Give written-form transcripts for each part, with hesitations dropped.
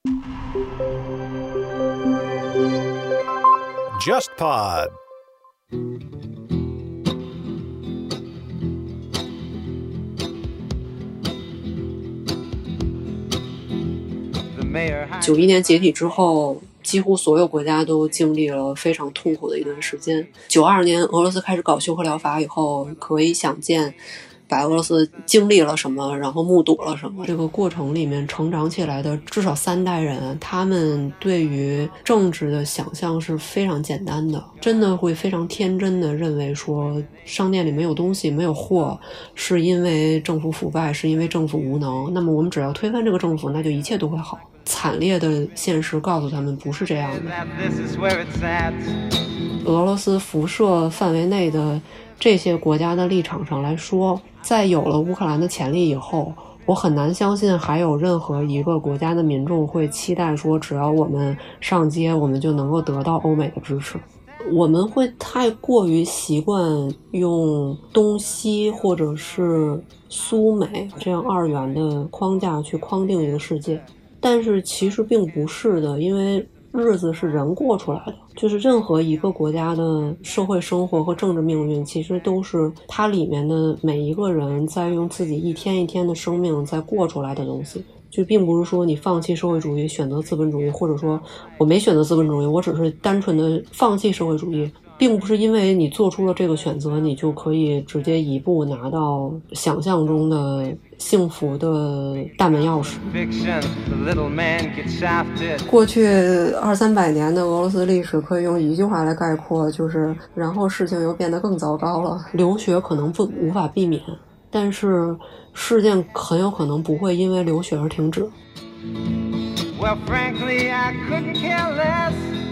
JustPod。 91年解体之后，几乎所有国家都经历了非常痛苦的一段时间。92年俄罗斯开始搞休克疗法以后，可以想见白俄罗斯经历了什么，然后目睹了什么。这个过程里面成长起来的至少3代人，他们对于政治的想象是非常简单的，真的会非常天真的认为说商店里没有东西没有货，是因为政府腐败，是因为政府无能，那么我们只要推翻这个政府，那就一切都会好。惨烈的现实告诉他们不是这样的。俄罗斯辐射范围内的这些国家的立场上来说，在有了乌克兰的潜力以后，我很难相信还有任何一个国家的民众会期待说只要我们上街我们就能够得到欧美的支持。我们会太过于习惯用东西或者是苏美这样二元的框架去框定一个世界，但是其实并不是的，因为日子是人过出来的，就是任何一个国家的社会生活和政治命运其实都是它里面的每一个人在用自己一天一天的生命在过出来的东西。就并不是说你放弃社会主义选择资本主义，或者说我没选择资本主义，我只是单纯的放弃社会主义，并不是因为你做出了这个选择你就可以直接一步拿到想象中的幸福的大门钥匙。过去200-300年的俄罗斯历史可以用一句话来概括，就是然后事情又变得更糟糕了。流血可能无法避免，但是事件很有可能不会因为流血而停止。 Well, frankly, I couldn't care less.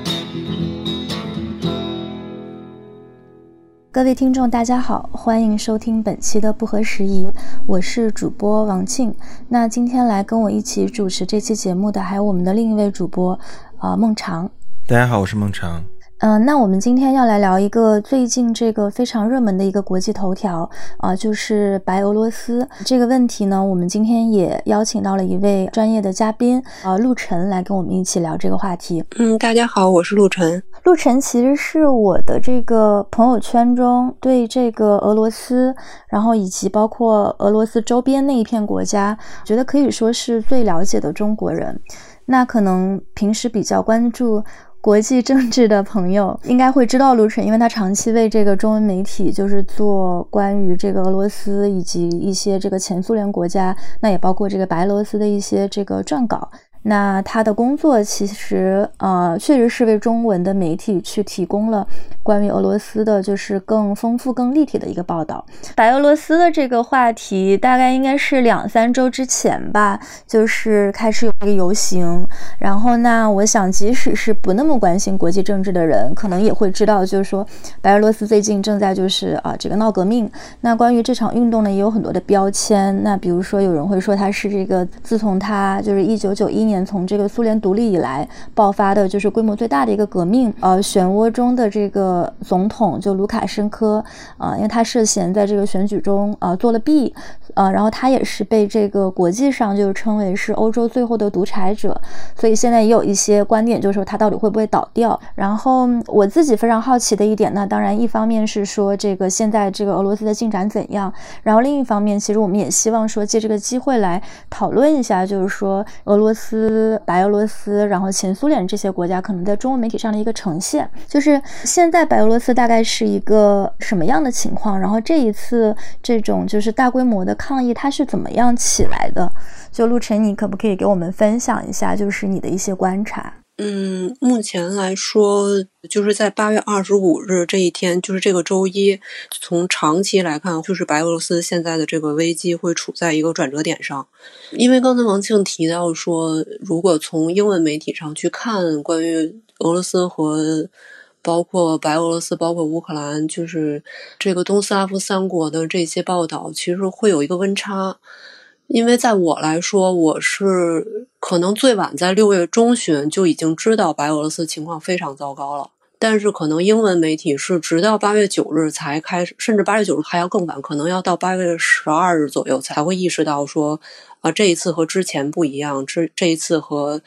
各位听众大家好，欢迎收听本期的不合时宜，我是主播王庆。那今天来跟我一起主持这期节目的还有我们的另一位主播孟尝。 大家好，我是孟尝。 那我们今天要来聊一个最近这个非常热门的一个国际头条就是白俄罗斯这个问题呢。我们今天也邀请到了一位专业的嘉宾陆晨来跟我们一起聊这个话题。 大家好，我是陆晨。 陆晨其实是我的这个朋友圈中对这个俄罗斯，然后以及包括俄罗斯周边那一片国家，觉得可以说是最了解的中国人。那可能平时比较关注国际政治的朋友应该会知道陆晨，因为他长期为这个中文媒体就是做关于这个俄罗斯以及一些这个前苏联国家，那也包括这个白俄罗斯的一些这个撰稿。那他的工作其实确实是为中文的媒体去提供了关于俄罗斯的就是更丰富更立体的一个报道。白俄罗斯的这个话题大概应该是2-3周之前吧，就是开始有这个游行，然后那我想即使是不那么关心国际政治的人可能也会知道，就是说白俄罗斯最近正在就是这个闹革命。那关于这场运动呢也有很多的标签，那比如说有人会说它是这个自从它就是1991年从这个苏联独立以来爆发的就是规模最大的一个革命。漩涡中的这个总统就卢卡申科因为他涉嫌在这个选举中作了弊，然后他也是被这个国际上就称为是欧洲最后的独裁者，所以现在也有一些观点就是说他到底会不会倒掉。然后我自己非常好奇的一点呢，当然一方面是说这个现在这个俄罗斯的进展怎样，然后另一方面其实我们也希望说借这个机会来讨论一下，就是说俄罗斯、白俄罗斯然后前苏联这些国家可能在中文媒体上的一个呈现，就是现在白俄罗斯大概是一个什么样的情况，然后这一次这种就是大规模的抗议它是怎么样起来的。就陆晨你可不可以给我们分享一下就是你的一些观察。 目前来说就是在8月25日这一天，就是这个周一，从长期来看就是白俄罗斯现在的这个危机会处在一个转折点上。因为刚才王庆提到说，如果从英文媒体上去看关于俄罗斯和包括白俄罗斯包括乌克兰就是这个东斯拉夫3国的这些报道，其实会有一个温差。因为在我来说，我是可能最晚在6月中旬就已经知道白俄罗斯情况非常糟糕了，但是可能英文媒体是直到8月9日才开始，甚至8月9日还要更晚，可能要到8月12日左右才会意识到说这一次和之前不一样，这一次和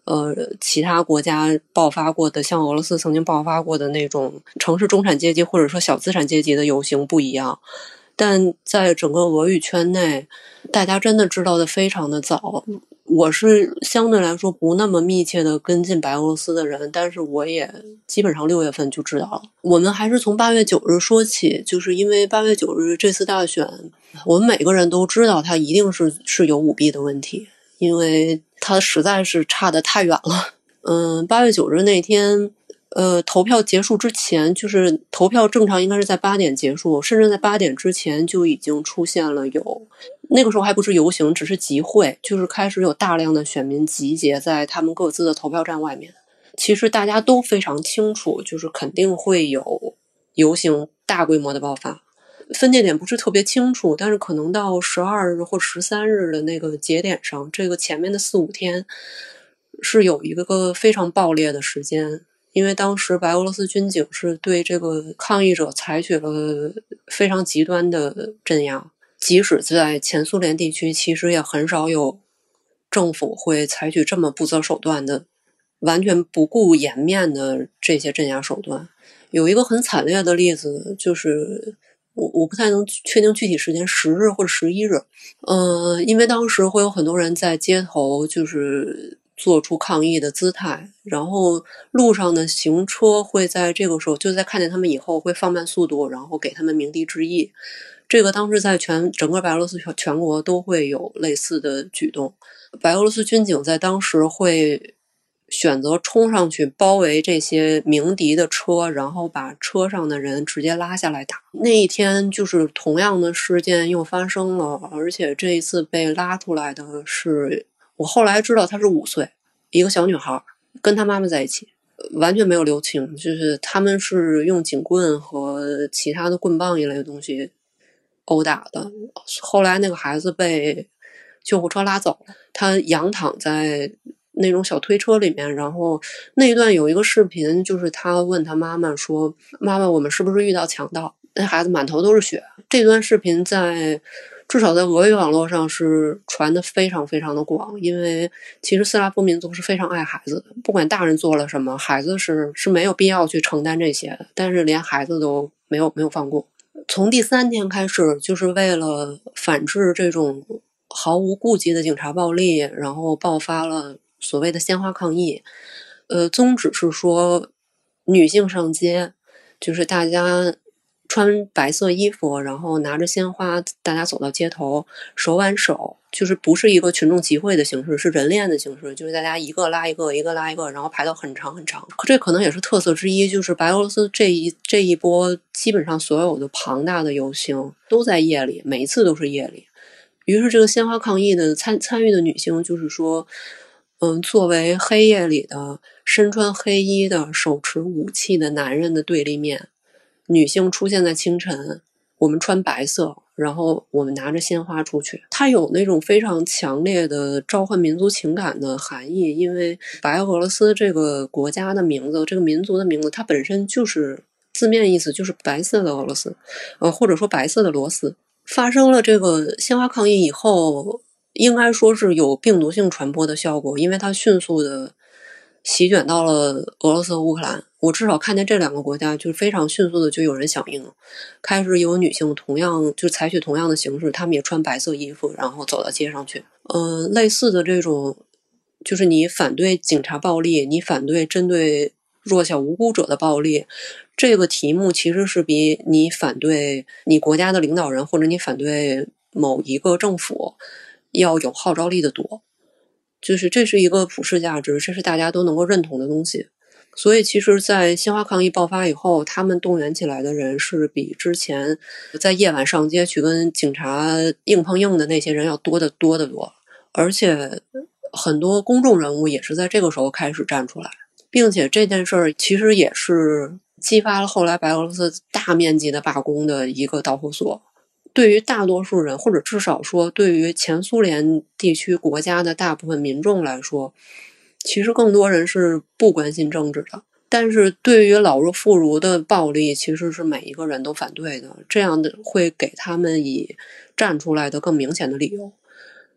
其他国家爆发过的，像俄罗斯曾经爆发过的那种城市中产阶级或者说小资产阶级的游行不一样。但在整个俄语圈内，大家真的知道的非常的早。我是相对来说不那么密切的跟进白俄罗斯的人，但是我也基本上6月份就知道了。我们还是从8月9日说起，就是因为8月9日这次大选，我们每个人都知道它一定是有舞弊的问题，因为它实在是差得太远了。8月9日那天投票结束之前，就是投票正常应该是在8点结束，甚至在8点之前就已经出现了那个时候还不是游行，只是集会，就是开始有大量的选民集结在他们各自的投票站外面。其实大家都非常清楚，就是肯定会有游行大规模的爆发，分界点不是特别清楚，但是可能到12日或13日的那个节点上，这个前面的4-5天是有一个非常爆裂的时间。因为当时白俄罗斯军警是对这个抗议者采取了非常极端的镇压，即使在前苏联地区，其实也很少有政府会采取这么不择手段的、完全不顾颜面的这些镇压手段。有一个很惨烈的例子，就是我不太能确定具体时间，10日或者11日。因为当时会有很多人在街头就是做出抗议的姿态，然后路上的行车会在这个时候，就在看见他们以后会放慢速度，然后给他们鸣笛致意。这个当时在整个白俄罗斯全国都会有类似的举动。白俄罗斯军警在当时会选择冲上去包围这些鸣笛的车，然后把车上的人直接拉下来打。那一天就是同样的事件又发生了，而且这一次被拉出来的是，我后来知道她是5岁，一个小女孩，跟她妈妈在一起，完全没有留情，就是他们是用警棍和其他的棍棒一类的东西殴打的。后来那个孩子被救护车拉走了，他仰躺在那种小推车里面，然后那一段有一个视频，就是他问他妈妈说：“妈妈，我们是不是遇到强盗？”那孩子满头都是血。这段视频至少在俄语网络上是传的非常非常的广，因为其实斯拉夫民族是非常爱孩子的，不管大人做了什么，孩子是没有必要去承担这些的，但是连孩子都没有放过。从第3天开始，就是为了反制这种毫无顾忌的警察暴力，然后爆发了所谓的鲜花抗议。宗旨是说女性上街，就是大家穿白色衣服，然后拿着鲜花，大家走到街头，手挽手，就是不是一个群众集会的形式，是人链的形式，就是大家一个拉一个，一个拉一个，然后排到很长很长。这可能也是特色之一，就是白俄罗斯这一波基本上所有的庞大的游行都在夜里，每一次都是夜里。于是这个鲜花抗议的参与的女性就是说，作为黑夜里的身穿黑衣的手持武器的男人的对立面，女性出现在清晨，我们穿白色，然后我们拿着鲜花出去。它有那种非常强烈的召唤民族情感的含义，因为白俄罗斯这个国家的名字，这个民族的名字，它本身就是字面意思就是白色的俄罗斯，或者说白色的罗斯。发生了这个鲜花抗议以后，应该说是有病毒性传播的效果，因为它迅速的席卷到了俄罗斯和乌克兰。我至少看见这2个国家就是非常迅速的就有人响应，开始有女性同样就采取同样的形式，她们也穿白色衣服，然后走到街上去。类似的这种，就是你反对警察暴力，你反对针对弱小无辜者的暴力，这个题目其实是比你反对你国家的领导人或者你反对某一个政府要有号召力的多。就是这是一个普世价值，这是大家都能够认同的东西。所以其实在鲜花抗议爆发以后，他们动员起来的人是比之前在夜晚上街去跟警察硬碰硬的那些人要多得多。而且很多公众人物也是在这个时候开始站出来，并且这件事儿其实也是激发了后来白俄罗斯大面积的罢工的一个导火索。对于大多数人，或者至少说对于前苏联地区国家的大部分民众来说，其实更多人是不关心政治的。但是对于老弱妇孺的暴力，其实是每一个人都反对的，这样的会给他们以站出来的更明显的理由。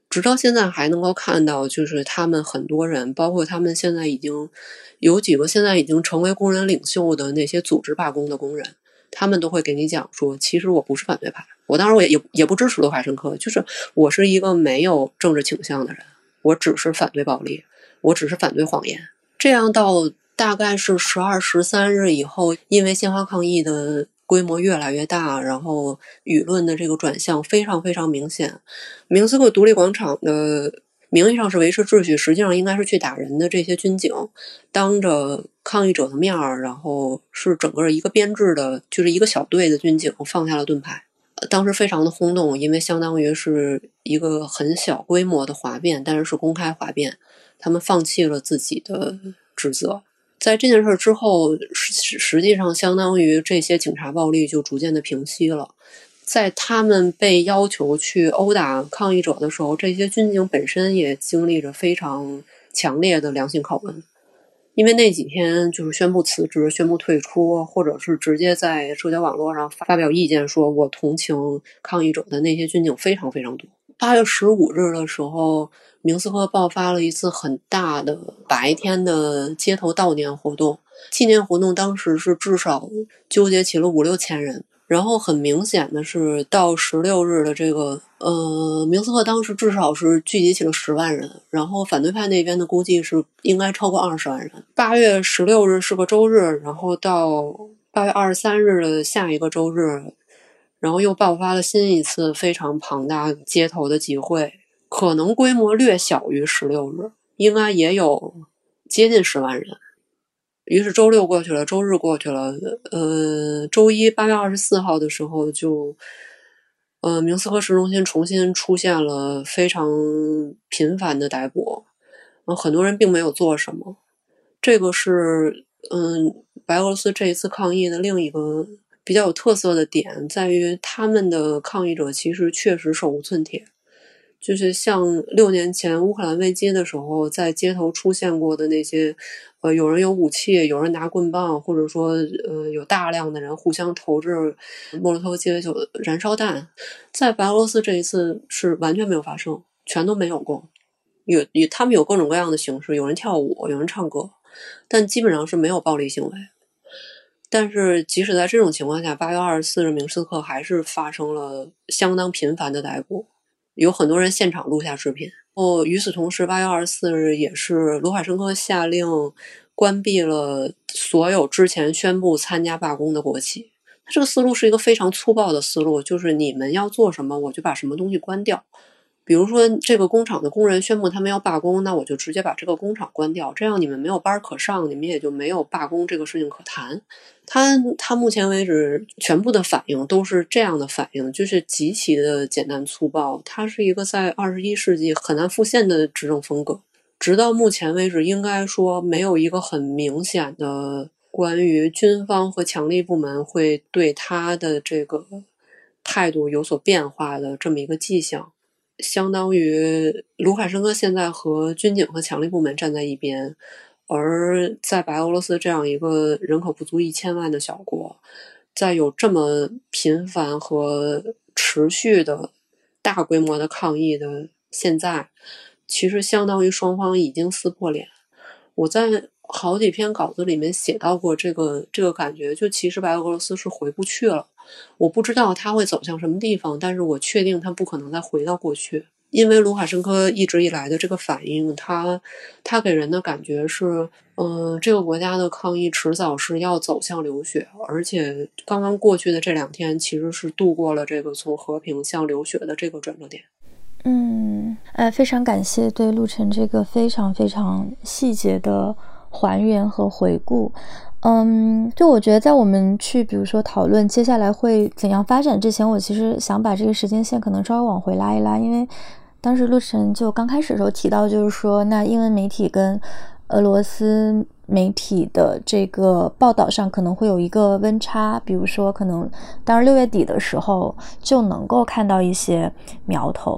直到现在还能够看到，就是他们很多人，包括他们现在已经有几个现在已经成为工人领袖的那些组织罢工的工人，他们都会给你讲说，其实我不是反对派，我当然我也不支持卢卡申科，就是我是一个没有政治倾向的人，我只是反对暴力，我只是反对谎言。这样到大概是12、13日以后，因为鲜花抗议的规模越来越大，然后舆论的这个转向非常非常明显。明斯克独立广场的名义上是维持秩序，实际上应该是去打人的这些军警，当着抗议者的面儿，然后是整个一个编制的，就是一个小队的军警放下了盾牌。当时非常的轰动，因为相当于是一个很小规模的哗变，但是是公开哗变，他们放弃了自己的职责。在这件事之后，实际上相当于这些警察暴力就逐渐的平息了。在他们被要求去殴打抗议者的时候，这些军警本身也经历着非常强烈的良心拷问，因为那几天就是宣布辞职、宣布退出，或者是直接在社交网络上发表意见说我同情抗议者的那些军警非常非常多。8月15日的时候，明斯克爆发了一次很大的白天的街头悼念活动，纪念活动当时是至少纠结起了5、6千人。然后很明显的是，到16日的这个明斯克当时至少是聚集起了10万人，然后反对派那边的估计是应该超过20万人。8月16日是个周日，然后到8月23日的下一个周日，然后又爆发了新一次非常庞大街头的集会，可能规模略小于16日，应该也有接近10万人。于是周六过去了，周日过去了，周一8月24号的时候就，明斯克市中心重新出现了非常频繁的逮捕，很多人并没有做什么。这个是，白俄罗斯这一次抗议的另一个比较有特色的点，在于他们的抗议者其实确实手无寸铁。就是像6年前乌克兰危机的时候，在街头出现过的那些，有人有武器，有人拿棍棒，或者说，有大量的人互相投掷莫洛托夫鸡尾酒的燃烧弹，在白俄罗斯这一次是完全没有发生，全都没有过。他们有各种各样的形式，有人跳舞，有人唱歌，但基本上是没有暴力行为。但是即使在这种情况下，8月24日明斯克还是发生了相当频繁的逮捕。有很多人现场录下视频。与此同时，8月24日也是卢卡申科下令关闭了所有之前宣布参加罢工的国企。他这个思路是一个非常粗暴的思路，就是你们要做什么，我就把什么东西关掉。比如说这个工厂的工人宣布他们要罢工，那我就直接把这个工厂关掉，这样你们没有班可上，你们也就没有罢工这个事情可谈。他目前为止全部的反应都是这样的反应，就是极其的简单粗暴。它是一个在21世纪很难复现的执政风格。直到目前为止，应该说没有一个很明显的关于军方和强力部门会对他的这个态度有所变化的这么一个迹象。相当于卢卡申科现在和军警和强力部门站在一边，而在白俄罗斯这样一个人口不足1000万的小国，在有这么频繁和持续的大规模的抗议的现在，其实相当于双方已经撕破脸。我在好几篇稿子里面写到过这个感觉，就其实白俄罗斯是回不去了。我不知道它会走向什么地方，但是我确定它不可能再回到过去，因为卢卡申科一直以来的这个反应，他给人的感觉是，这个国家的抗议迟早是要走向流血，而且刚刚过去的这2天其实是度过了这个从和平向流血的这个转折点。 非常感谢对陆晨这个非常非常细节的还原和回顾。就我觉得在我们去比如说讨论接下来会怎样发展之前，我其实想把这个时间线可能稍微往回拉一拉，因为当时陆晨就刚开始的时候提到，就是说那英文媒体跟俄罗斯媒体的这个报道上可能会有一个温差，比如说可能当时6月底的时候就能够看到一些苗头。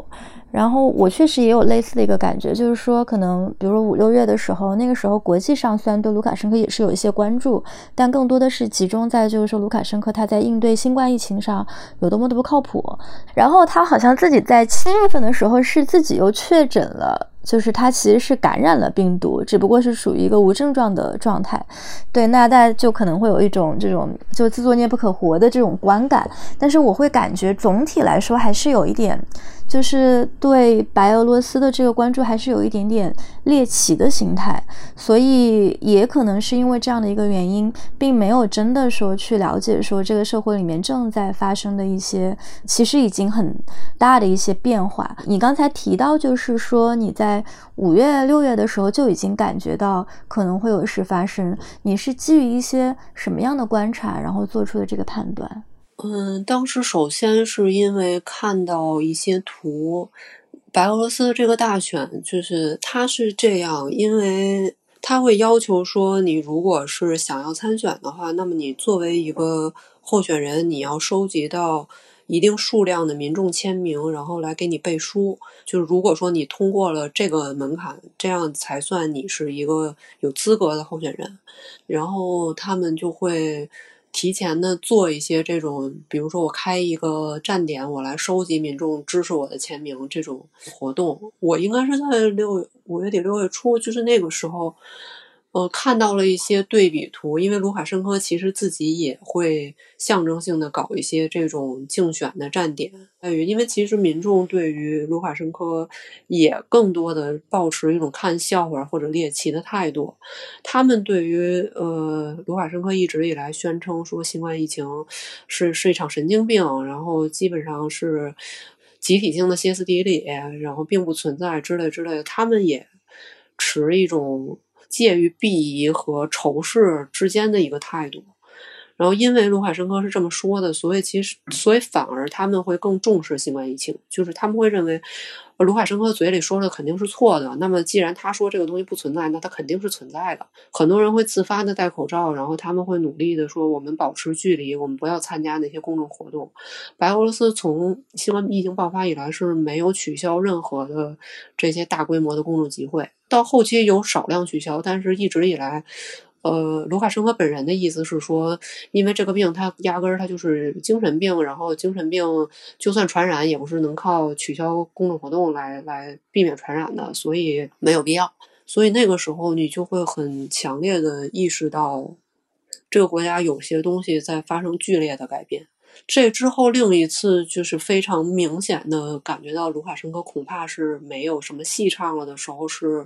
然后我确实也有类似的一个感觉，就是说可能比如说5、6月的时候，那个时候国际上虽然对卢卡申科也是有一些关注，但更多的是集中在就是说卢卡申科他在应对新冠疫情上有多么的不靠谱。然后他好像自己在7月份的时候是自己又确诊了，就是他其实是感染了病毒，只不过是属于一个无症状的状态。对，那大家就可能会有一种这种就自作孽不可活的这种观感，但是我会感觉总体来说还是有一点，就是对白俄罗斯的这个关注还是有一点点猎奇的心态，所以也可能是因为这样的一个原因，并没有真的说去了解说这个社会里面正在发生的一些其实已经很大的一些变化。你刚才提到就是说你在5月、6月的时候就已经感觉到可能会有事发生，你是基于一些什么样的观察然后做出的这个判断？ 当时首先是因为看到一些图，白俄罗斯这个大选就是它是这样，因为它会要求说你如果是想要参选的话，那么你作为一个候选人，你要收集到一定数量的民众签名，然后来给你背书。就是如果说你通过了这个门槛，这样才算你是一个有资格的候选人。然后他们就会提前的做一些这种，比如说我开一个站点，我来收集民众支持我的签名这种活动。我应该是在5月底6月初，就是那个时候看到了一些对比图，因为卢卡申科其实自己也会象征性的搞一些这种竞选的站点，因为其实民众对于卢卡申科也更多的抱持一种看笑话或者猎奇的态度。他们对于卢卡申科一直以来宣称说新冠疫情是一场神经病，然后基本上是集体性的歇斯底里，然后并不存在之类的，他们也持一种介于鄙夷和仇视之间的一个态度。然后因为卢卡申科是这么说的，所以反而他们会更重视新冠疫情，就是他们会认为卢卡申科嘴里说的肯定是错的，那么既然他说这个东西不存在，那它肯定是存在的。很多人会自发的戴口罩，然后他们会努力的说我们保持距离，我们不要参加那些公众活动。白俄罗斯从新冠疫情爆发以来是没有取消任何的这些大规模的公众集会，到后期有少量取消，但是一直以来卢卡申科本人的意思是说，因为这个病他压根儿他就是精神病，然后精神病就算传染也不是能靠取消公众活动来避免传染的，所以没有必要。所以那个时候你就会很强烈的意识到这个国家有些东西在发生剧烈的改变。这之后另一次就是非常明显的感觉到卢卡申科恐怕是没有什么戏唱了的时候是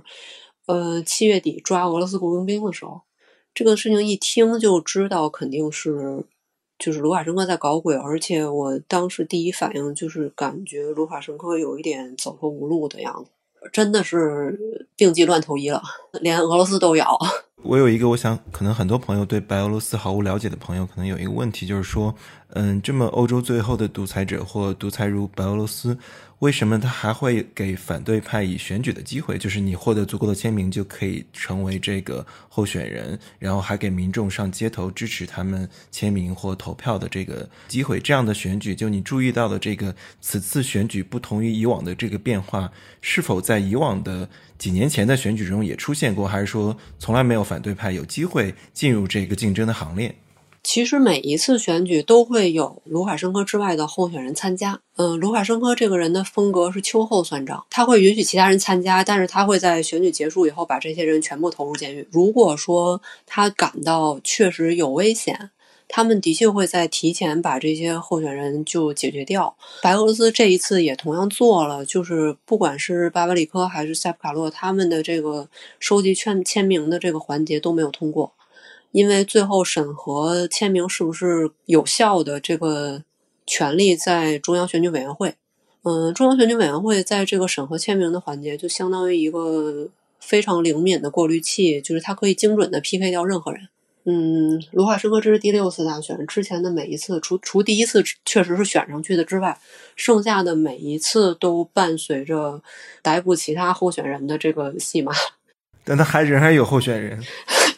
7月底抓俄罗斯雇佣兵的时候。这个事情一听就知道肯定是就是卢卡申科在搞鬼，而且我当时第一反应就是感觉卢卡申科有一点走投无路的样子，真的是病急乱投医了，连俄罗斯都咬。 我有一个我想可能很多朋友对白俄罗斯毫无了解的朋友可能有一个问题，就是说这么欧洲最后的独裁者或独裁如白俄罗斯，为什么他还会给反对派以选举的机会，就是你获得足够的签名就可以成为这个候选人，然后还给民众上街头支持他们签名或投票的这个机会。这样的选举，就你注意到的这个此次选举不同于以往的这个变化，是否在以往的几年前的选举中也出现过，还是说从来没有反对派有机会进入这个竞争的行列？ 其实每一次选举都会有卢卡申科之外的候选人参加。卢卡申科这个人的风格是秋后算账，他会允许其他人参加，但是他会在选举结束以后把这些人全部投入监狱。如果说他感到确实有危险，他们的确会在提前把这些候选人就解决掉。白俄罗斯这一次也同样做了，就是不管是巴巴里科还是塞普卡洛，他们的这个收集签名的这个环节都没有通过。因为最后审核签名是不是有效的这个权利在中央选举委员会。中央选举委员会在这个审核签名的环节就相当于一个非常灵敏的过滤器，就是它可以精准的 PK 掉任何人。卢卡申科这是第6次大选，之前的每一次除第一次确实是选上去的之外，剩下的每一次都伴随着逮捕其他候选人的这个戏码。 但他仍然有候选人。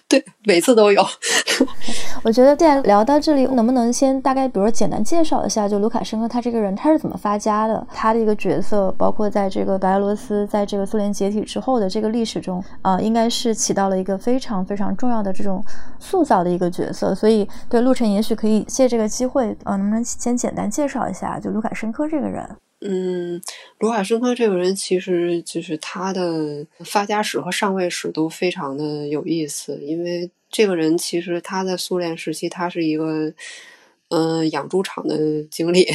对，每次都有。 我觉得既然聊到这里，能不能先大概比如说简单介绍一下，就卢卡申科他这个人他是怎么发家的，他的一个角色，包括在这个白俄罗斯在这个苏联解体之后的这个历史中应该是起到了一个非常非常重要的这种塑造的一个角色。所以对陆晨也许可以借这个机会能不能先简单介绍一下就卢卡申科这个人。 卢卡申科这个人其实就是他的发家史和上位史都非常的有意思，因为这个人其实他在苏联时期他是一个养猪场的经理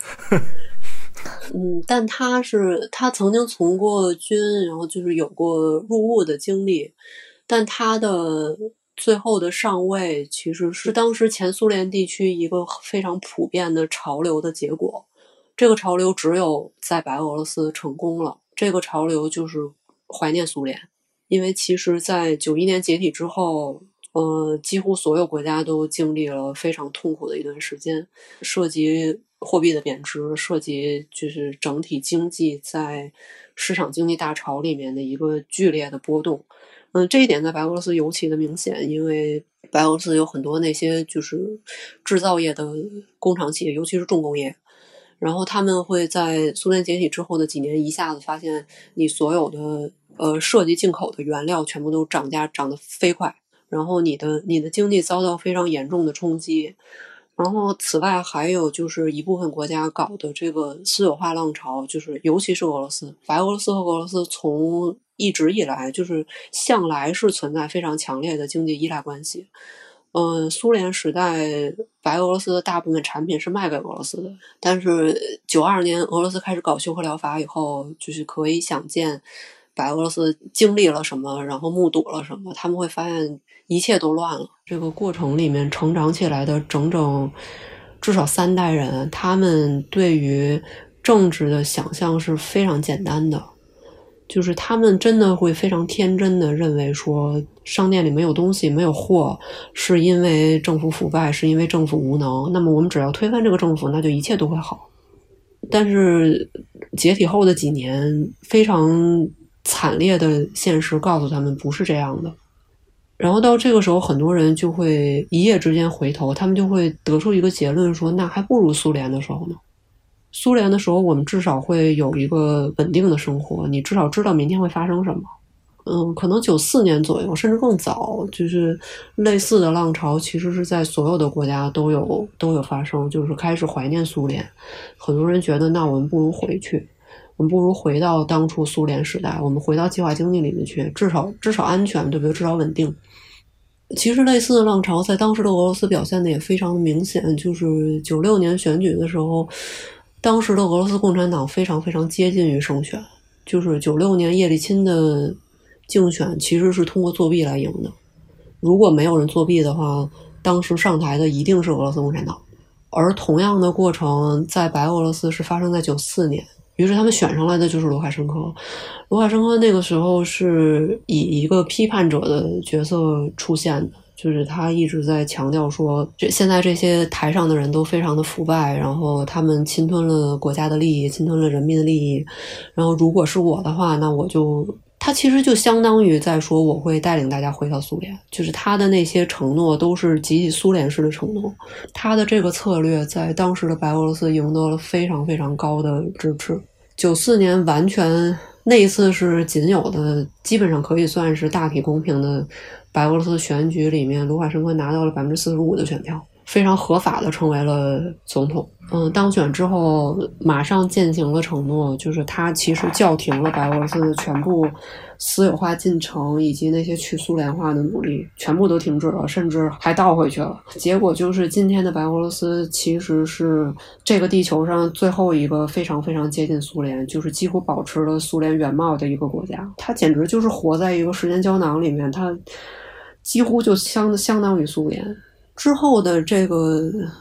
但他曾经从过军，然后就是有过入伍的经历，但他的最后的上位其实是当时前苏联地区一个非常普遍的潮流的结果。这个潮流只有在白俄罗斯成功了，这个潮流就是怀念苏联。因为其实在91年解体之后几乎所有国家都经历了非常痛苦的一段时间，涉及货币的贬值，涉及就是整体经济在市场经济大潮里面的一个剧烈的波动。这一点在白俄罗斯尤其的明显，因为白俄罗斯有很多那些就是制造业的工厂企业，尤其是重工业，然后他们会在苏联解体之后的几年一下子发现你所有的涉及进口的原料全部都涨价涨得飞快，然后你的经济遭到非常严重的冲击。然后此外还有就是一部分国家搞的这个私有化浪潮，就是尤其是俄罗斯，白俄罗斯和俄罗斯从一直以来就是向来是存在非常强烈的经济依赖关系。苏联时代白俄罗斯的大部分产品是卖给俄罗斯的，但是92年俄罗斯开始搞休克疗法以后，就是可以想见白俄罗斯经历了什么，然后目睹了什么，他们会发现一切都乱了。这个过程里面成长起来的整整至少3代人，他们对于政治的想象是非常简单的，就是他们真的会非常天真的认为说商店里没有东西没有货是因为政府腐败，是因为政府无能，那么我们只要推翻这个政府，那就一切都会好。但是解体后的几年非常惨烈的现实告诉他们不是这样的。然后到这个时候很多人就会一夜之间回头，他们就会得出一个结论说那还不如苏联的时候呢。苏联的时候我们至少会有一个稳定的生活，你至少知道明天会发生什么。可能94年左右甚至更早，就是类似的浪潮其实是在所有的国家都有发生，就是开始怀念苏联。很多人觉得那我们不如回去，我们不如回到当初苏联时代，我们回到计划经济里面去，至少安全，对不对？至少稳定。其实类似的浪潮在当时的俄罗斯表现的也非常的明显，就是96年选举的时候，当时的俄罗斯共产党非常非常接近于胜选，就是96年叶利钦的竞选其实是通过作弊来赢的。如果没有人作弊的话，当时上台的一定是俄罗斯共产党。而同样的过程在白俄罗斯是发生在94年，于是他们选上来的就是卢卡申科。卢卡申科那个时候是以一个批判者的角色出现的，就是他一直在强调说现在这些台上的人都非常的腐败，然后他们侵吞了国家的利益，侵吞了人民的利益，然后如果是我的话，那他其实就相当于在说我会带领大家回到苏联，就是他的那些承诺都是极其苏联式的承诺。他的这个策略在当时的白俄罗斯赢得了非常非常高的支持。94年完全那一次是仅有的基本上可以算是大体公平的白俄罗斯选举里面，卢卡申科拿到了 45% 的选票，非常合法的成为了总统。当选之后马上践行了承诺，就是他其实叫停了白俄罗斯的全部私有化进程以及那些去苏联化的努力，全部都停止了，甚至还倒回去了。结果就是今天的白俄罗斯其实是这个地球上最后一个非常非常接近苏联，就是几乎保持了苏联原貌的一个国家。它简直就是活在一个时间胶囊里面，它几乎就相当于苏联。之后的这个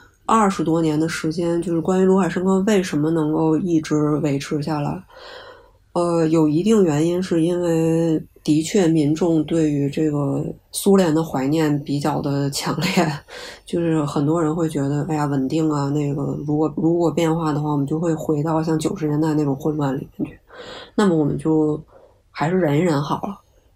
20多年的时间，就是关于卢卡申科为什么能够一直维持下来，有一定原因是因为的确民众对于这个苏联的怀念比较的强烈，就是很多人会觉得哎呀稳定啊，那个如果变化的话，我们就会回到像90年代那种混乱里面去，那么我们就还是忍一忍好了。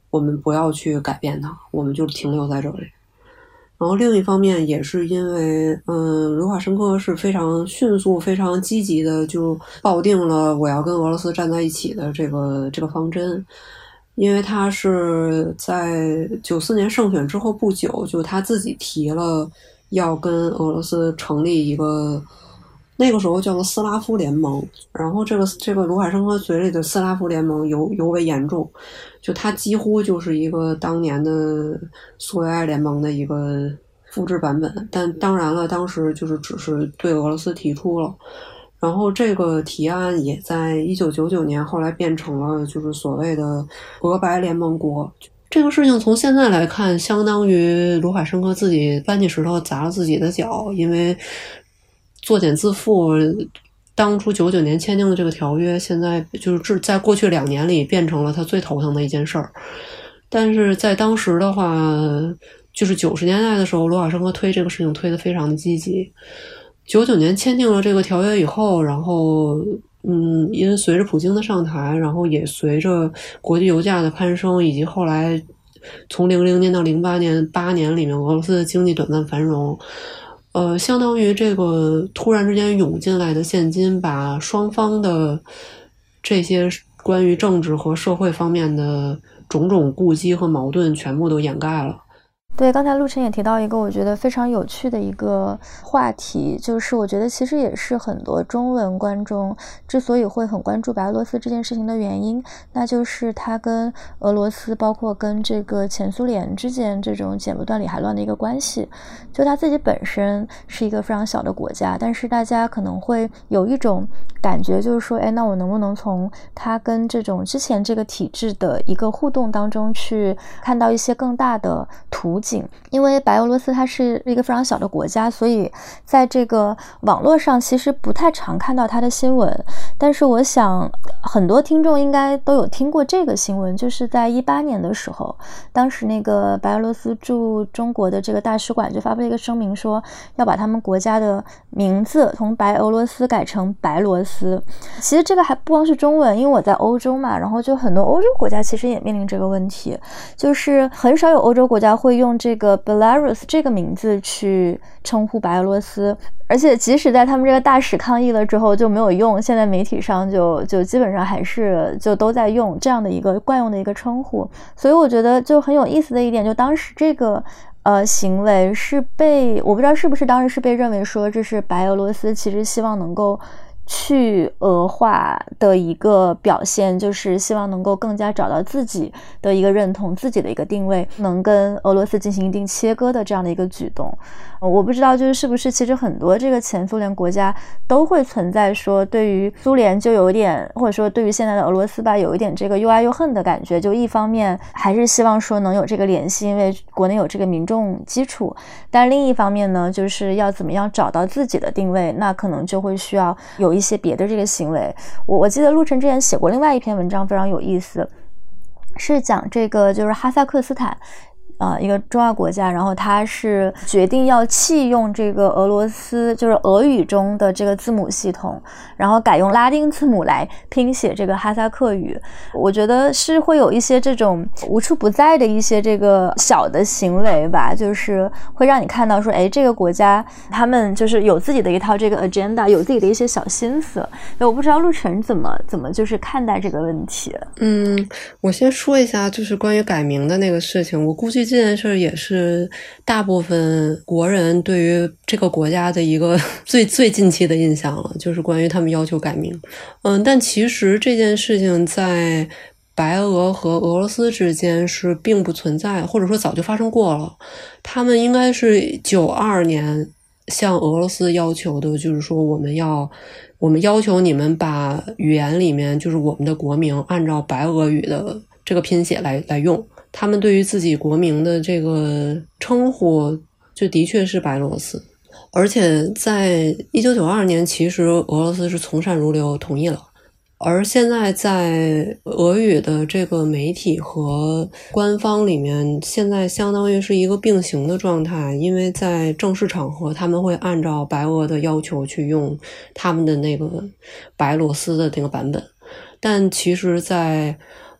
我们不要去改变它，我们就停留在这里。然后另一方面也是因为卢卡申科是非常迅速非常积极的就抱定了我要跟俄罗斯站在一起的这个方针。因为他是在94年胜选之后不久，就他自己提了要跟俄罗斯成立一个那个时候叫做斯拉夫联盟。然后这个卢卡申科嘴里的斯拉夫联盟尤为严重，就它几乎就是一个当年的苏维埃联盟的一个复制版本。但当然了，当时就是只是对俄罗斯提出了，然后这个提案也在1999年后来变成了就是所谓的俄白联盟国。这个事情从现在来看，相当于卢卡申科自己搬起石头砸了自己的脚，因为作茧自缚。当初99年签订的这个条约，现在就是在过去2年里变成了他最头疼的一件事儿。但是在当时的话，就是90年代的时候，卢卡申科推这个事情推得非常的积极。99年签订了这个条约以后，然后因为随着普京的上台，然后也随着国际油价的攀升，以及后来从00年到08年8年里面俄罗斯的经济短暂繁荣，相当于这个突然之间涌进来的现金把双方的这些关于政治和社会方面的种种顾忌和矛盾全部都掩盖了。 对，刚才陆晨也提到一个我觉得非常有趣的一个话题，就是我觉得其实也是很多中文观众之所以会很关注白俄罗斯这件事情的原因，那就是它跟俄罗斯包括跟这个前苏联之间这种剪不断理还乱的一个关系。就它自己本身是一个非常小的国家，但是大家可能会有一种感觉，就是说那我能不能从它跟这种之前这个体制的一个互动当中去看到一些更大的途径。因为白俄罗斯它是一个非常小的国家，所以在这个网络上其实不太常看到它的新闻，但是我想很多听众应该都有听过这个新闻，就是在18年的时候，当时那个白俄罗斯驻中国的这个大使馆就发布了一个声明，说要把他们国家的名字从白俄罗斯改成白罗斯。其实这个还不光是中文，因为我在欧洲嘛，然后就很多欧洲国家其实也面临这个问题，就是很少有欧洲国家会用这个 Belarus 这个名字去称呼白俄罗斯，而且即使在他们这个大使抗议了之后就没有用，现在媒体上就基本上还是就都在用这样的一个惯用的一个称呼。所以我觉得就很有意思的一点，就当时这个行为是被，我不知道是不是当时是被认为说这是白俄罗斯其实希望能够去俄化的一个表现，就是希望能够更加找到自己的一个认同，自己的一个定位，能跟俄罗斯进行一定切割的这样的一个举动。我不知道就是不是其实很多这个前苏联国家都会存在说对于苏联就有一点，或者说对于现在的俄罗斯吧，有一点这个又爱又恨的感觉。就一方面还是希望说能有这个联系，因为国内有这个民众基础，但另一方面呢，就是要怎么样找到自己的定位，那可能就会需要有一些别的这个行为。我记得陆晨之前写过另外一篇文章非常有意思，是讲这个就是哈萨克斯坦一个中亚国家，然后他是决定要弃用这个俄罗斯就是俄语中的这个字母系统，然后改用拉丁字母来拼写这个哈萨克语。我觉得是会有一些这种无处不在的一些这个小的行为吧，就是会让你看到说这个国家他们就是有自己的一套这个 agenda， 有自己的一些小心思。我不知道陆晨怎么就是看待这个问题。 我先说一下就是关于改名的那个事情，我估计这件事也是大部分国人对于这个国家的一个最近期的印象了，就是关于他们要求改名。但其实这件事情在白俄和俄罗斯之间是并不存在，或者说早就发生过了。他们应该是92年向俄罗斯要求的，就是说我们要求你们把语言里面就是我们的国名按照白俄语的这个拼写来用。他们对于自己国名的这个称呼就的确是白罗斯，而且在1992年其实俄罗斯是从善如流同意了。而现在在俄语的这个媒体和官方里面，现在相当于是一个并行的状态，因为在正式场合他们会按照白俄的要求去用他们的那个白罗斯的那个版本，但其实在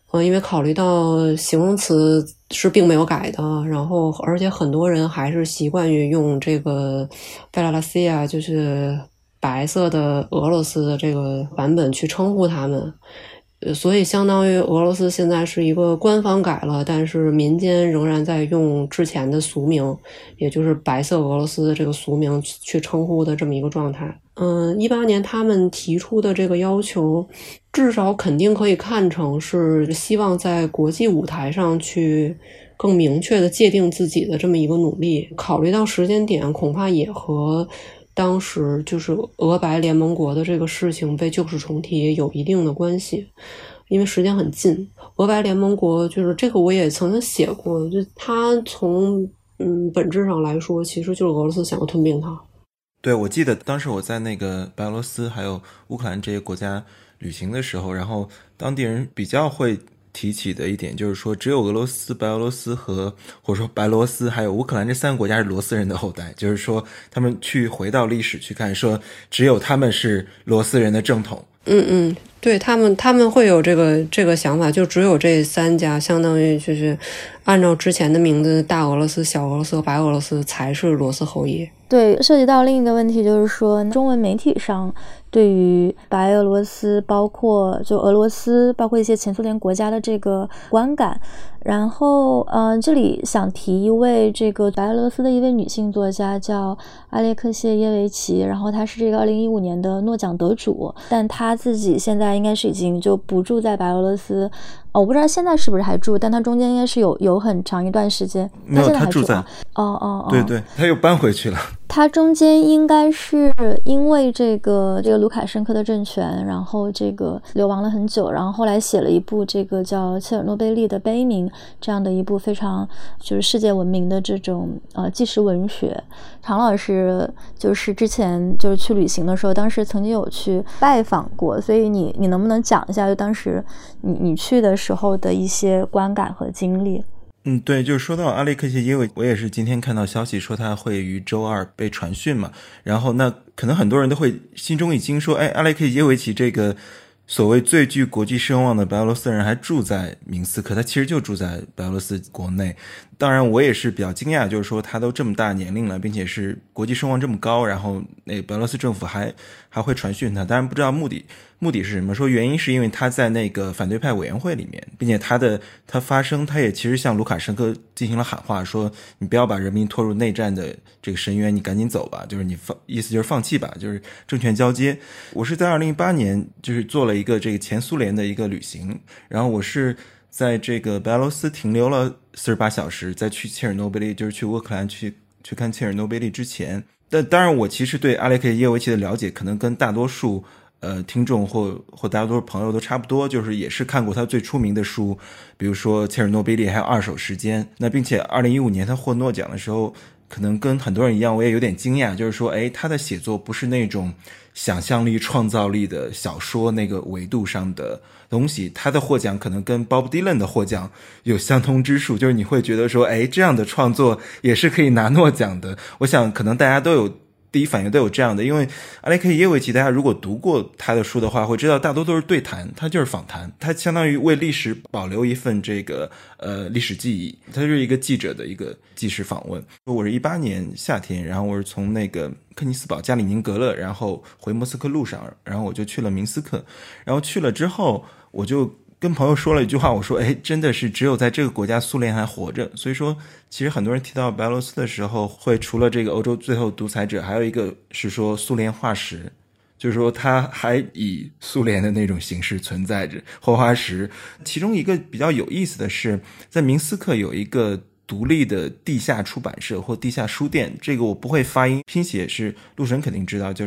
因为考虑到形容词是并没有改的，然后而且很多人还是习惯于用这个贝拉拉西亚，就是白色的俄罗斯的这个版本去称呼他们。所以相当于俄罗斯现在是一个官方改了，但是民间仍然在用之前的俗名，也就是白色俄罗斯的这个俗名去称呼的这么一个状态。18年他们提出的这个要求，至少肯定可以看成是希望在国际舞台上去更明确的界定自己的这么一个努力。考虑到时间点，恐怕也和当时就是俄白联盟国的这个事情被旧事重提有一定的关系，因为时间很近。俄白联盟国就是这个我也曾经写过，就它从本质上来说，其实就是俄罗斯想要吞并它。 对，我记得当时我在那个白俄罗斯还有乌克兰这些国家旅行的时候，然后当地人比较会提起的一点就是说，只有俄罗斯、白俄罗斯或者说白罗斯还有乌克兰这3个国家是罗斯人的后代，就是说他们去回到历史去看，说只有他们是罗斯人的正统。 对，他们会有这个想法，就只有这3家，相当于就是按照之前的名字，大俄罗斯、小俄罗斯和白俄罗斯才是罗斯后裔。 对，涉及到另一个问题，就是说中文媒体上对于白俄罗斯包括就俄罗斯包括一些前苏联国家的这个观感。然后这里想提一位这个白俄罗斯的一位女性作家叫阿列克谢耶维奇，然后她是这个2015年的诺奖得主，但她自己现在应该是已经就不住在白俄罗斯。我不知道现在是不是还住，但她中间应该是有很长一段时间没有， 她现在还她住在对，她又搬回去了。 她中间应该是因为这个卢卡申科的政权，然后这个流亡了很久，然后后来写了一部这个叫切尔诺贝利的悲鸣，这样的一部非常就是世界闻名的这种纪实文学。常老师就是之前就是去旅行的时候，当时曾经有去拜访过，所以你能不能讲一下就当时你去的时候的一些观感和经历？ 对，就是说到阿列克谢耶维，我也是今天看到消息说他会于周2被传讯嘛，然后那可能很多人都会心中一惊说，阿列克谢耶维奇这个所谓最具国际声望的白俄罗斯人还住在明斯克，他其实就住在白俄罗斯国内。当然我也是比较惊讶，就是说他都这么大年龄了，并且是国际声望这么高，然后那个白俄罗斯政府还会传讯他。当然不知道目的是什么，说原因是因为他在那个反对派委员会里面，并且他发声，他也其实向卢卡申科进行了喊话，说你不要把人民拖入内战的这个深渊，你赶紧走吧，就是意思就是放弃吧，就是政权交接。我是在2018年就是做了一个这个前苏联的一个旅行，然后我是在这个白俄罗斯停留了48小时，再去切尔诺贝利，就是去乌克兰去看切尔诺贝利之前。但当然我其实对阿列克谢耶维奇的了解可能跟大多数听众或大多数朋友都差不多，就是也是看过他最出名的书，比如说切尔诺贝利还有二手时间。那并且2015年他获诺奖的时候，可能跟很多人一样我也有点惊讶，就是说他的写作不是那种想象力创造力的小说那个维度上的东西，他的获奖可能跟 Bob Dylan 的获奖有相通之处，就是你会觉得说这样的创作也是可以拿诺奖的。我想可能大家都有第一反应都有这样的，因为阿列克谢耶维奇大家如果读过他的书的话会知道大多都是对谈，他就是访谈，他相当于为历史保留一份这个历史记忆，他是一个记者的一个纪实访问。我是18年夏天，然后我是从那个克尼斯堡加里宁格勒然后回莫斯科路上，然后我就去了明斯克，然后去了之后我就跟朋友说了一句话，我说真的是只有在这个国家苏联还活着。所以说其实很多人提到白俄罗斯的时候会除了这个欧洲最后独裁者，还有一个是说苏联化石，就是说它还以苏联的那种形式存在着，活化石。其中一个比较有意思的是，在明斯克有一个独立的地下出版社或地下书店，这个我不会发音，拼写是陆神肯定知道，就是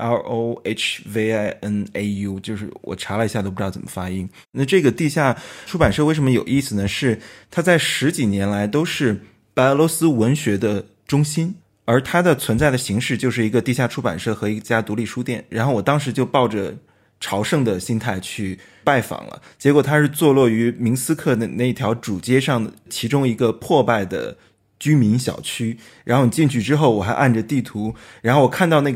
ROHVINAU， 就是我查了一下都不知道怎么发音。那这个地下出版社为什么有意思呢？是它在10几年来都是白俄罗斯文学的中心，而它的存在的形式就是一个地下出版社和一家独立书店。然后我当时就抱着朝圣的心态去拜访了，结果它是坐落于明斯克的那条主街上的其中一个破败的居民小区。然后你进去之后，我还按着地图，然后我看到那个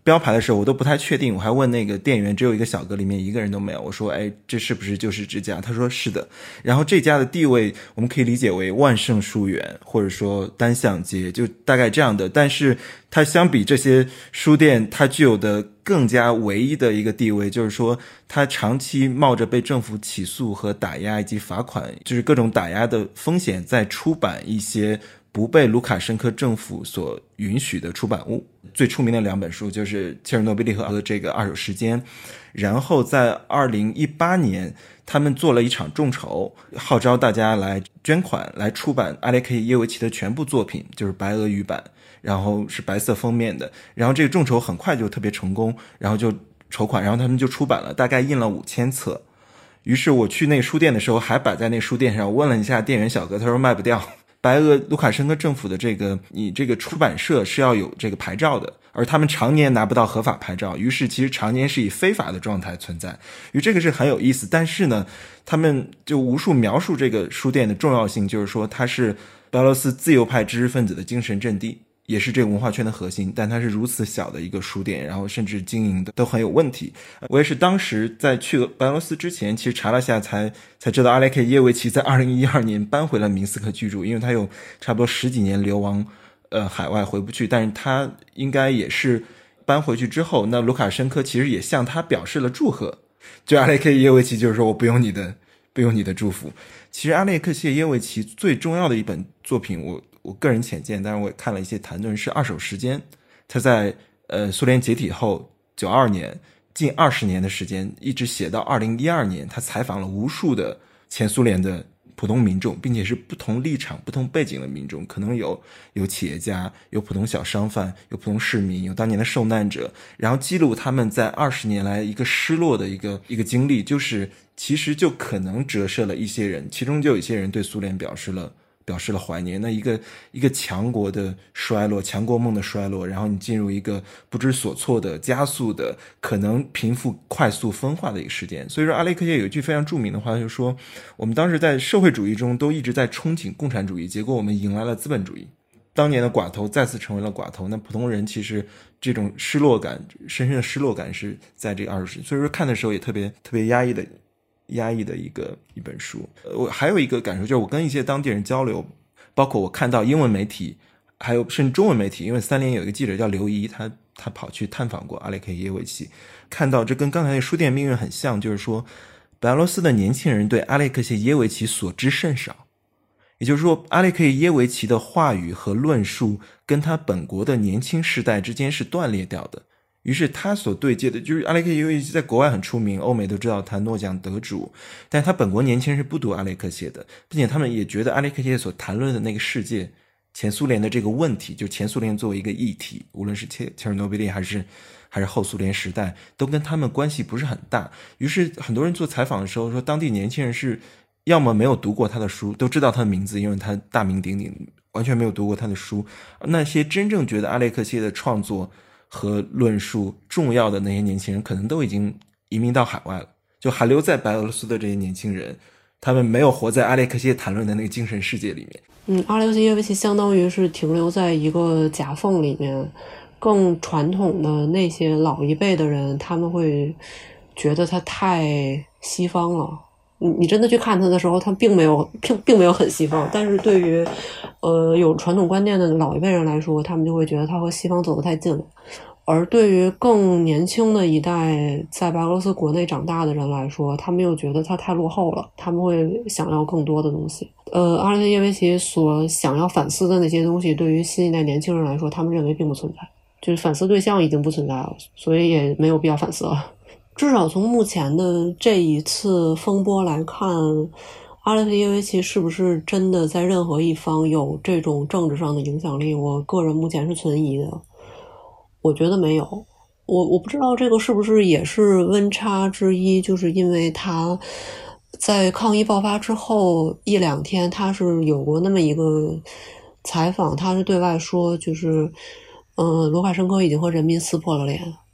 标牌的时候我都不太确定，我还问那个店员，只有一个小格里面一个人都没有，我说这是不是就是这家？他说是的。然后这家的地位我们可以理解为万盛书园或者说单向街，就大概这样的，但是它相比这些书店它具有的更加唯一的一个地位，就是说它长期冒着被政府起诉和打压以及罚款，就是各种打压的风险，在出版一些不被卢卡申科政府所允许的出版物。最出名的2本书就是切尔诺贝利和这个二手时间。然后在2018年他们做了一场众筹，号召大家来捐款来出版阿列克耶维奇的全部作品，就是白俄语版，然后是白色封面的。然后这个众筹很快就特别成功，然后就筹款，然后他们就出版了，大概印了5000册。于是我去那个书店的时候还摆在那书店上，问了一下店员小哥，他说卖不掉。白俄卢卡申科政府的你这个出版社是要有这个牌照的，而他们常年拿不到合法牌照，于是其实常年是以非法的状态存在。于这个是很有意思，但是呢他们就无数描述这个书店的重要性，就是说它是白俄罗斯自由派知识分子的精神阵地，也是这个文化圈的核心，但它是如此小的一个书店，然后甚至经营的都很有问题。我也是当时在去白俄罗斯之前其实查了下才知道阿列克耶维奇在2012年搬回了明斯克居住，因为他有差不多10几年流亡海外回不去，但是他应该也是搬回去之后，那卢卡申科其实也向他表示了祝贺，就阿列克耶维奇就是说我不用你的祝福。其实阿列克谢耶维奇最重要的一本作品，我个人浅见，但是我也看了一些谈论，是二手时间。他在苏联解体后92年近20年的时间，一直写到2012年，他采访了无数的前苏联的普通民众，并且是不同立场不同背景的民众，可能有企业家，有普通小商贩，有普通市民，有当年的受难者，然后记录他们在20年来一个失落的一个经历，就是其实就可能折射了一些人，其中就有一些人对苏联表示了怀念。那一个强国的衰落，强国梦的衰落，然后你进入一个不知所措的加速的可能贫富快速分化的一个时间。所以说阿列克谢有一句非常著名的话，就是说我们当时在社会主义中都一直在憧憬共产主义，结果我们迎来了资本主义。当年的寡头再次成为了寡头，那普通人其实这种失落感，深深的失落感是在这个20岁，所以说看的时候也特别压抑的一本书。我还有一个感受，就是我跟一些当地人交流，包括我看到英文媒体还有甚至中文媒体，因为3联有一个记者叫刘怡，他跑去探访过阿列克耶维奇，看到这跟刚才那书店命运很像，就是说白俄罗斯的年轻人对阿列克谢耶维奇所知甚少，也就是说阿列克耶维奇的话语和论述跟他本国的年轻世代之间是断裂掉的。于是他所对接的就是阿列克耶维奇在国外很出名，欧美都知道他诺奖得主，但他本国年轻人是不读阿列克谢的，并且他们也觉得阿列克谢所谈论的那个世界，前苏联的这个问题，就前苏联作为一个议题，无论是切尔诺贝利还是后苏联时代，都跟他们关系不是很大。于是很多人做采访的时候说，当地年轻人是要么没有读过他的书，都知道他的名字，因为他大名鼎鼎，完全没有读过他的书。那些真正觉得阿列克谢的创作和论述重要的那些年轻人，可能都已经移民到海外了，就还留在白俄罗斯的这些年轻人，他们没有活在阿列克谢谈论的那个精神世界里面。 阿列克谢耶维奇相当于是停留在一个夹缝里面，更传统的那些老一辈的人，他们会觉得他太西方了。你真的去看他的时候，他并没有很西方，但是对于有传统观念的老一辈人来说，他们就会觉得他和西方走得太近了。而对于更年轻的一代在白俄罗斯国内长大的人来说，他们又觉得他太落后了，他们会想要更多的东西。阿列克耶维奇所想要反思的那些东西，对于新一代年轻人来说，他们认为并不存在，就是反思对象已经不存在了，所以也没有必要反思了。至少从目前的这一次风波来看，阿列克耶维奇是不是真的在任何一方有这种政治上的影响力，我个人目前是存疑的。我觉得没有，我不知道这个是不是也是温差之一，就是因为他在抗议爆发之后1-2天，他是有过那么一个采访，他是对外说，就是卢卡申科已经和人民撕破了脸。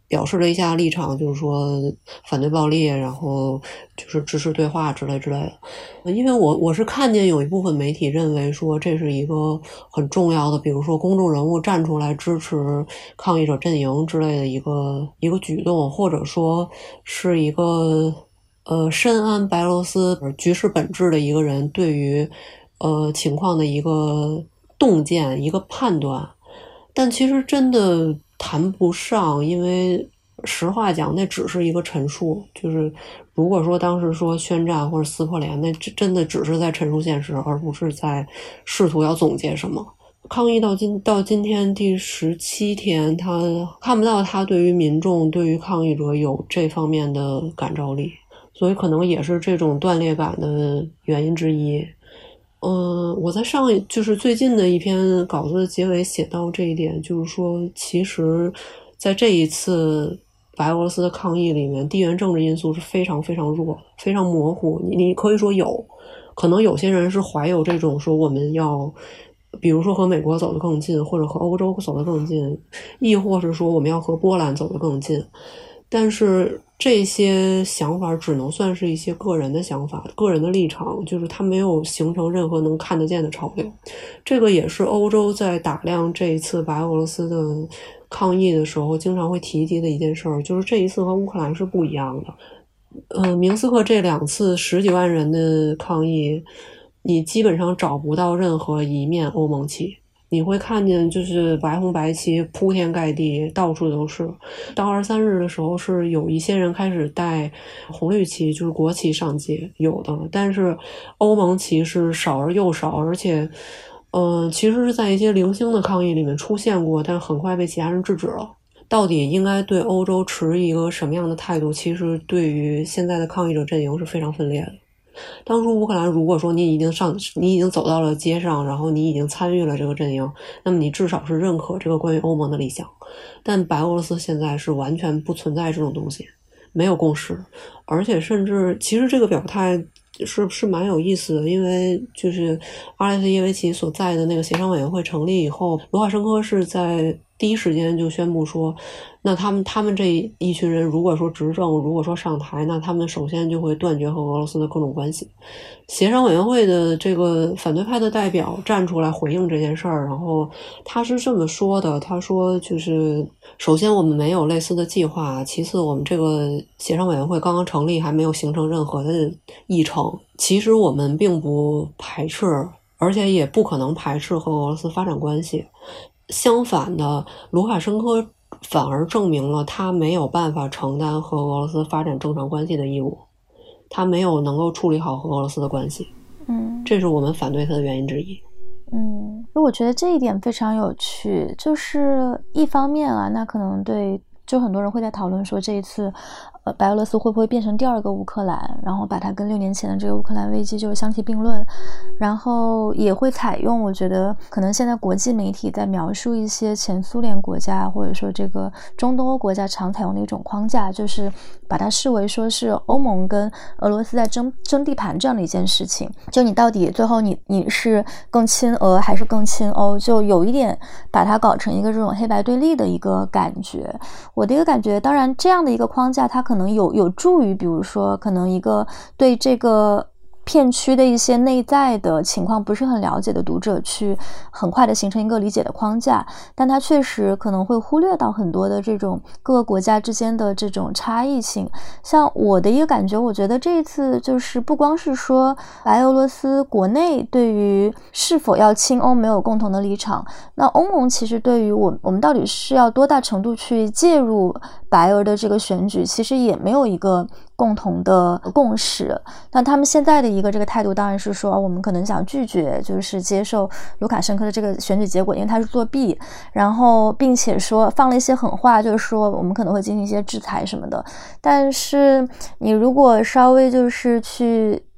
表示了一下立场，就是说反对暴力，然后就是支持对话之类的。因为我是看见有一部分媒体认为说这是一个很重要的，比如说公众人物站出来支持抗议者阵营之类的一个举动，或者说是一个深谙白俄罗斯局势本质的一个人对于情况的一个洞见，一个判断。但其实真的谈不上，因为实话讲，那只是一个陈述。就是如果说当时说宣战或者撕破脸，那真的只是在陈述现实，而不是在试图要总结什么。抗议到今天第17天，他看不到他对于民众、对于抗议者有这方面的感召力，所以可能也是这种断裂感的原因之一。我在就是最近的一篇稿子的结尾写到这一点，就是说其实在这一次白俄罗斯的抗议里面，地缘政治因素是非常非常弱，非常模糊。你可以说可能有些人是怀有这种说我们要比如说和美国走得更近，或者和欧洲走得更近，亦或是说我们要和波兰走得更近。但是这些想法只能算是一些个人的想法，个人的立场，就是它没有形成任何能看得见的潮流。这个也是欧洲在打量这一次白俄罗斯的抗议的时候经常会提及的一件事儿，就是这一次和乌克兰是不一样的。明斯克这2次10几万人的抗议，你基本上找不到任何一面欧盟旗。你会看见就是白红白旗铺天盖地，到处都是。到23日的时候是有一些人开始带红绿旗，就是国旗上街，有的，但是欧盟旗是少而又少，而且其实是在一些零星的抗议里面出现过，但很快被其他人制止了。到底应该对欧洲持一个什么样的态度，其实对于现在的抗议者阵营是非常分裂的。当初乌克兰如果说你已经走到了街上，然后你已经参与了这个阵营，那么你至少是认可这个关于欧盟的理想。但白俄罗斯现在是完全不存在这种东西，没有共识，而且甚至其实这个表态是蛮有意思的，因为就是阿列斯耶维奇所在的那个协商委员会成立以后，卢卡申科是在第一时间就宣布说，那他们这一群人如果说执政，如果说上台，那他们首先就会断绝和俄罗斯的各种关系。协商委员会的这个反对派的代表站出来回应这件事儿，然后他是这么说的，他说就是首先我们没有类似的计划，其次我们这个协商委员会刚刚成立，还没有形成任何的议程。其实我们并不排斥，而且也不可能排斥和俄罗斯发展关系。相反的，卢卡申科反而证明了他没有办法承担和俄罗斯发展正常关系的义务，他没有能够处理好和俄罗斯的关系。这是我们反对他的原因之一。 我觉得这一点非常有趣，就是一方面啊，那可能就很多人会在讨论说这一次白俄罗斯会不会变成第2个乌克兰，然后把它跟6年前的这个乌克兰危机就是相提并论，然后也会采用我觉得可能现在国际媒体在描述一些前苏联国家或者说这个中东欧国家常采用的一种框架，就是把它视为说是欧盟跟俄罗斯在争地盘这样的一件事情，就你到底最后你是更亲俄还是更亲欧，就有一点把它搞成一个这种黑白对立的一个感觉。我的一个感觉，当然这样的一个框架它可能有助于比如说可能一个对这个片区的一些内在的情况不是很了解的读者去很快的形成一个理解的框架，但它确实可能会忽略到很多的这种各个国家之间的这种差异性。像我的一个感觉，我觉得这一次就是不光是说白俄罗斯国内对于是否要亲欧没有共同的立场，那欧盟其实对于我们到底是要多大程度去介入白俄的这个选举，其实也没有一个共同的共识。但他们现在的一个这个态度当然是说，我们可能想拒绝就是接受卢卡申科的这个选举结果，因为他是作弊，然后并且说放了一些狠话，就是说我们可能会进行一些制裁什么的。但是你如果稍微就是去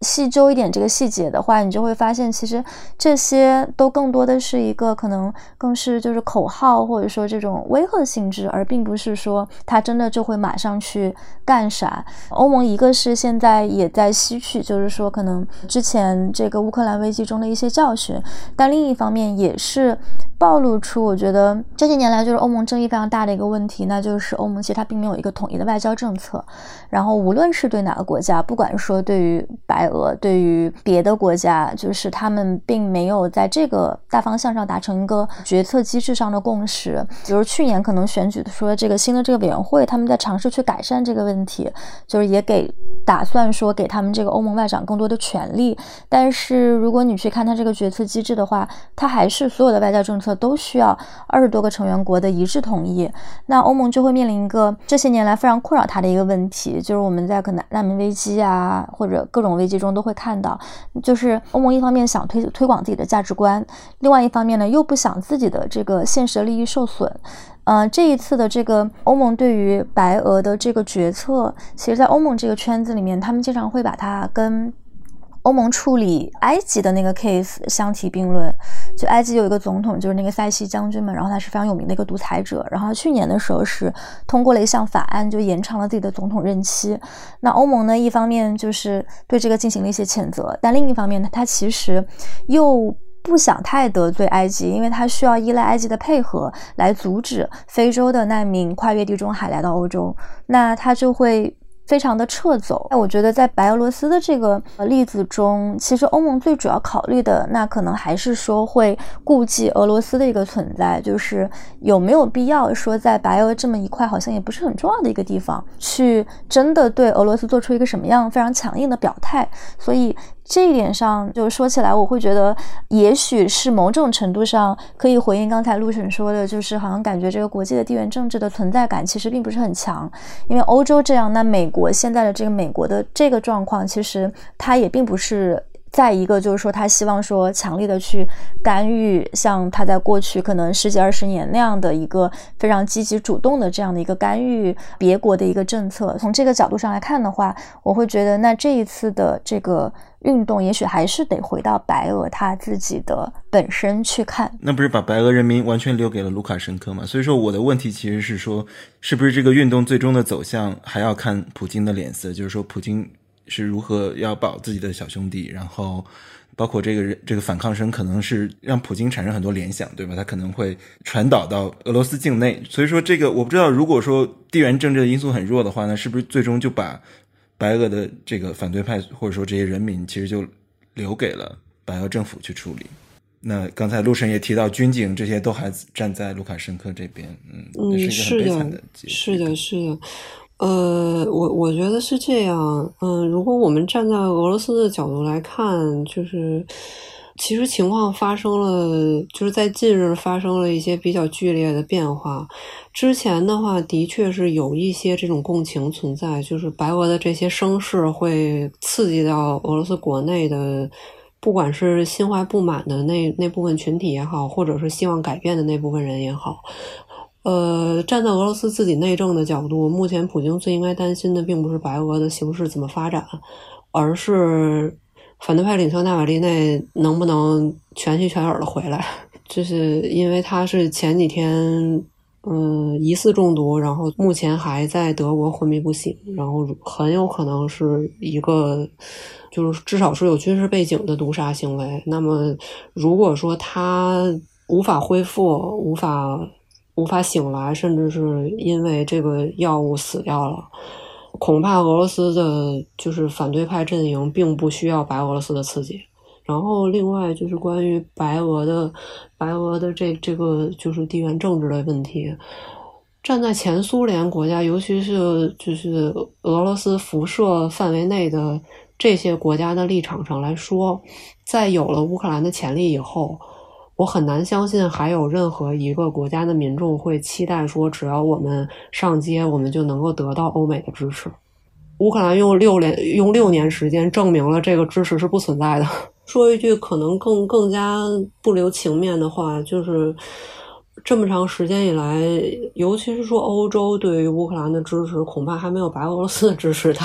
细究一点这个细节的话，你就会发现其实这些都更多的是一个可能更是就是口号或者说这种威吓性质，而并不是说他真的就会马上去干啥。欧盟一个是现在也在吸取就是说可能之前这个乌克兰危机中的一些教训，但另一方面也是暴露出我觉得这些年来就是欧盟争议非常大的一个问题，那就是欧盟其实它并没有一个统一的外交政策，然后无论是对哪个国家，不管说对于白俄对于别的国家，就是他们并没有在这个大方向上达成一个决策机制上的共识。比如去年可能选举说这个新的这个委员会，他们在尝试去改善这个问题，就是也打算说给他们这个欧盟外长更多的权利，但是如果你去看他这个决策机制的话，他还是所有的外交政策都需要20多个成员国的一致同意。那欧盟就会面临一个这些年来非常困扰他的一个问题，就是我们在可能难民危机啊或者各种危机中都会看到，就是欧盟一方面想推广自己的价值观，另外一方面呢又不想自己的这个现实的利益受损。这一次的这个欧盟对于白俄的这个决策，其实在欧盟这个圈子里面，他们经常会把它跟欧盟处理埃及的那个 case 相提并论。就埃及有一个总统就是那个塞西将军嘛，然后他是非常有名的一个独裁者，然后他去年的时候是通过了一项法案，就延长了自己的总统任期。那欧盟呢一方面就是对这个进行了一些谴责，但另一方面呢他其实又不想太得罪埃及，因为他需要依赖埃及的配合来阻止非洲的难民跨越地中海来到欧洲，那他就会非常的撤走。我觉得在白俄罗斯的这个例子中，其实欧盟最主要考虑的那可能还是说会顾及俄罗斯的一个存在，就是有没有必要说在白俄这么一块好像也不是很重要的一个地方去真的对俄罗斯做出一个什么样非常强硬的表态。所以这一点上就说起来，我会觉得也许是某种程度上可以回应刚才陆沈说的，就是好像感觉这个国际的地缘政治的存在感其实并不是很强。因为欧洲这样，那美国现在的这个美国的这个状况，其实它也并不是再一个就是说他希望说强力的去干预像他在过去可能10几20年那样的一个非常积极主动的这样的一个干预别国的一个政策。从这个角度上来看的话，我会觉得那这一次的这个运动也许还是得回到白俄他自己的本身去看。 那不是把白俄人民完全留给了卢卡申科吗？所以说我的问题其实是说，是不是这个运动最终的走向还要看普京的脸色，就是说普京是如何要保自己的小兄弟，然后包括这个反抗声可能是让普京产生很多联想，对吧？他可能会传导到俄罗斯境内。所以说这个我不知道，如果说地缘政治的因素很弱的话，那是不是最终就把白俄的这个反对派或者说这些人民其实就留给了白俄政府去处理？那刚才陆神也提到军警这些都还站在卢卡申科这边，这是一个很悲惨的结局。 是的。我觉得是这样。如果我们站在俄罗斯的角度来看，就是其实情况发生了，就是在近日发生了一些比较剧烈的变化。之前的话的确是有一些这种共情存在，就是白俄的这些声势会刺激到俄罗斯国内的，不管是心怀不满的那部分群体也好，或者是希望改变的那部分人也好。站在俄罗斯自己内政的角度，目前普京最应该担心的并不是白俄的形势怎么发展，而是反对派领袖纳瓦利内能不能全心全意的回来。就是因为他是前几天疑似中毒，然后目前还在德国昏迷不醒，然后很有可能是一个就是至少是有军事背景的毒杀行为。那么如果说他无法恢复，无法醒来，甚至是因为这个药物死掉了，恐怕俄罗斯的就是反对派阵营并不需要白俄罗斯的刺激。然后另外就是关于白俄的这个就是地缘政治的问题，站在前苏联国家，尤其是就是俄罗斯辐射范围内的这些国家的立场上来说，在有了乌克兰的潜力以后，我很难相信还有任何一个国家的民众会期待说只要我们上街我们就能够得到欧美的支持。乌克兰用6年时间证明了这个支持是不存在的。说一句可能更加不留情面的话，就是这么长时间以来，尤其是说欧洲对于乌克兰的支持恐怕还没有白俄罗斯的支持大。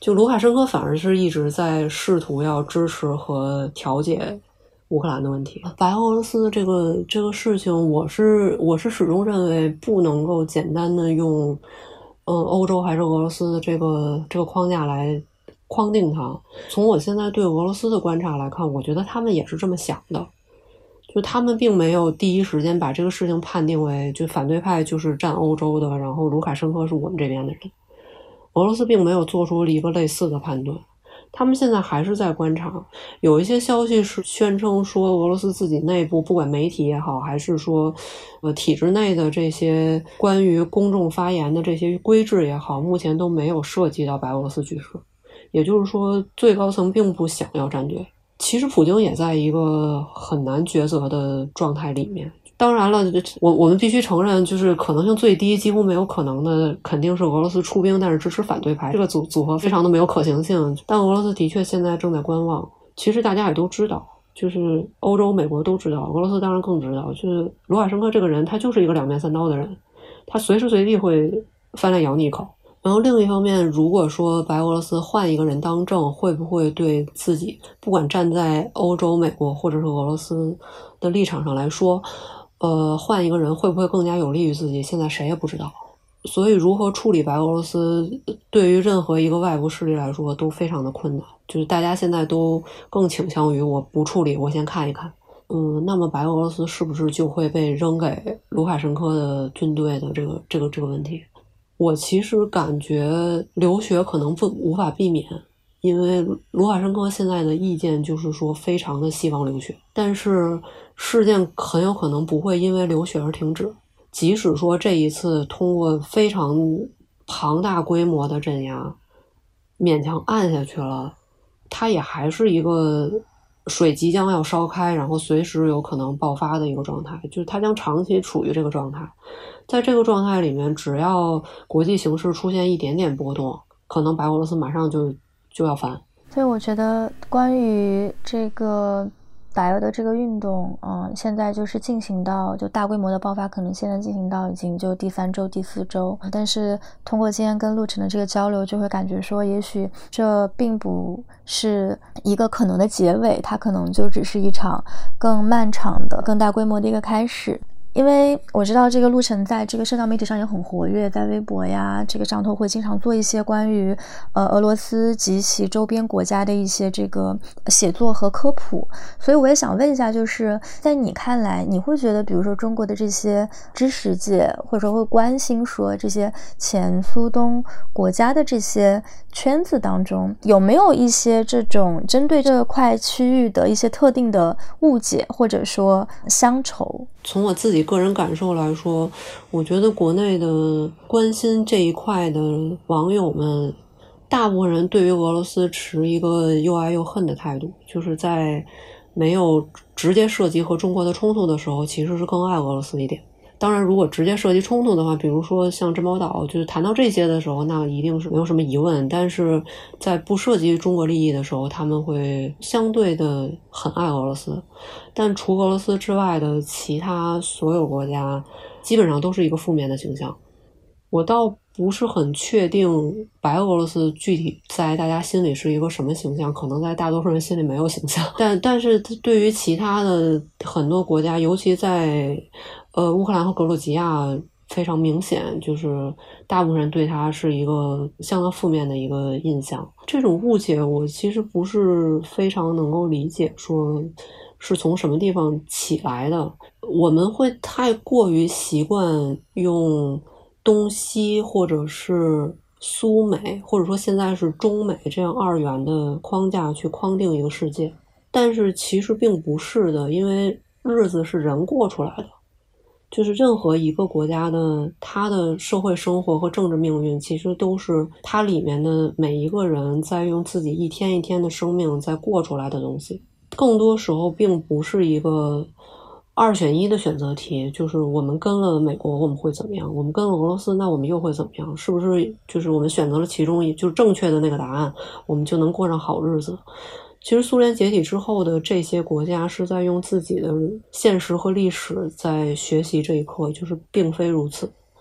就卢卡申科反而是一直在试图要支持和调解乌克兰的问题。白俄罗斯这个事情，我是始终认为不能够简单的用欧洲还是俄罗斯的这个框架来框定它。从我现在对俄罗斯的观察来看，我觉得他们也是这么想的，就他们并没有第一时间把这个事情判定为就反对派就是占欧洲的，然后卢卡申科是我们这边的人。俄罗斯并没有做出一个类似的判断，他们现在还是在观察。有一些消息是宣称说俄罗斯自己内部不管媒体也好，还是说体制内的这些关于公众发言的这些规制也好，目前都没有涉及到白俄罗斯局势，也就是说最高层并不想要站队。其实普京也在一个很难抉择的状态里面。当然了，我们必须承认，就是可能性最低几乎没有可能的肯定是俄罗斯出兵但是支持反对派，这个组合非常的没有可行性。但俄罗斯的确现在正在观望。其实大家也都知道，就是欧洲美国都知道，俄罗斯当然更知道，就是卢卡申科这个人他就是一个两面三刀的人，他随时随地会翻来咬你一口。然后另一方面，如果说白俄罗斯换一个人当政，会不会对自己不管站在欧洲美国或者是俄罗斯的立场上来说换一个人会不会更加有利于自己，现在谁也不知道。所以如何处理白俄罗斯对于任何一个外部势力来说都非常的困难，就是大家现在都更倾向于我不处理，我先看一看。那么白俄罗斯是不是就会被扔给卢卡申科的军队的这个问题？我其实感觉流血可能无法避免，因为卢卡申科现在的意见就是说非常的希望流血，但是事件很有可能不会因为流血而停止。即使说这一次通过非常庞大规模的镇压勉强按下去了，它也还是一个水即将要烧开，然后随时有可能爆发的一个状态，就是它将长期处于这个状态。在这个状态里面，只要国际形势出现一点点波动，可能白俄罗斯马上就要翻。 所以我觉得关于这个白俄的这个运动，现在就是进行到就大规模的爆发，可能现在进行到已经就第3周、第4周。但是通过今天跟陆晨的这个交流，就会感觉说，也许这并不是一个可能的结尾，它可能就只是一场更漫长的、更大规模的一个开始。因为我知道这个陆晨在这个社交媒体上也很活跃，在微博呀这个上头会经常做一些关于俄罗斯及其周边国家的一些这个写作和科普，所以我也想问一下，就是在你看来，你会觉得比如说中国的这些知识界或者说会关心说这些前苏东国家的这些圈子当中，有没有一些这种针对这块区域的一些特定的误解或者说乡愁？ 从我自己个人感受来说，我觉得国内的关心这一块的网友们，大部分人对于俄罗斯持一个又爱又恨的态度，就是在没有直接涉及和中国的冲突的时候，其实是更爱俄罗斯一点。当然如果直接涉及冲突的话，比如说像珍宝岛，就是谈到这些的时候，那一定是没有什么疑问，但是在不涉及中国利益的时候，他们会相对的很爱俄罗斯。但除俄罗斯之外的其他所有国家基本上都是一个负面的形象。我倒不是很确定白俄罗斯具体在大家心里是一个什么形象，可能在大多数人心里没有形象，但是对于其他的很多国家，尤其在乌克兰和格鲁吉亚非常明显，就是大部分人对他是一个相当负面的一个印象。这种误解我其实不是非常能够理解，说是从什么地方起来的。我们会太过于习惯用东西或者是苏美或者说现在是中美这样二元的框架去框定一个世界，但是其实并不是的，因为日子是人过出来的。就是任何一个国家的它的社会生活和政治命运，其实都是它里面的每一个人在用自己一天一天的生命在过出来的东西。更多时候并不是一个2选1的选择题，就是我们跟了美国我们会怎么样，我们跟了俄罗斯那我们又会怎么样，是不是就是我们选择了其中就是正确的那个答案，我们就能过上好日子。其实苏联解体之后的这些国家是在用自己的现实和历史在学习这一课，就是并非如此。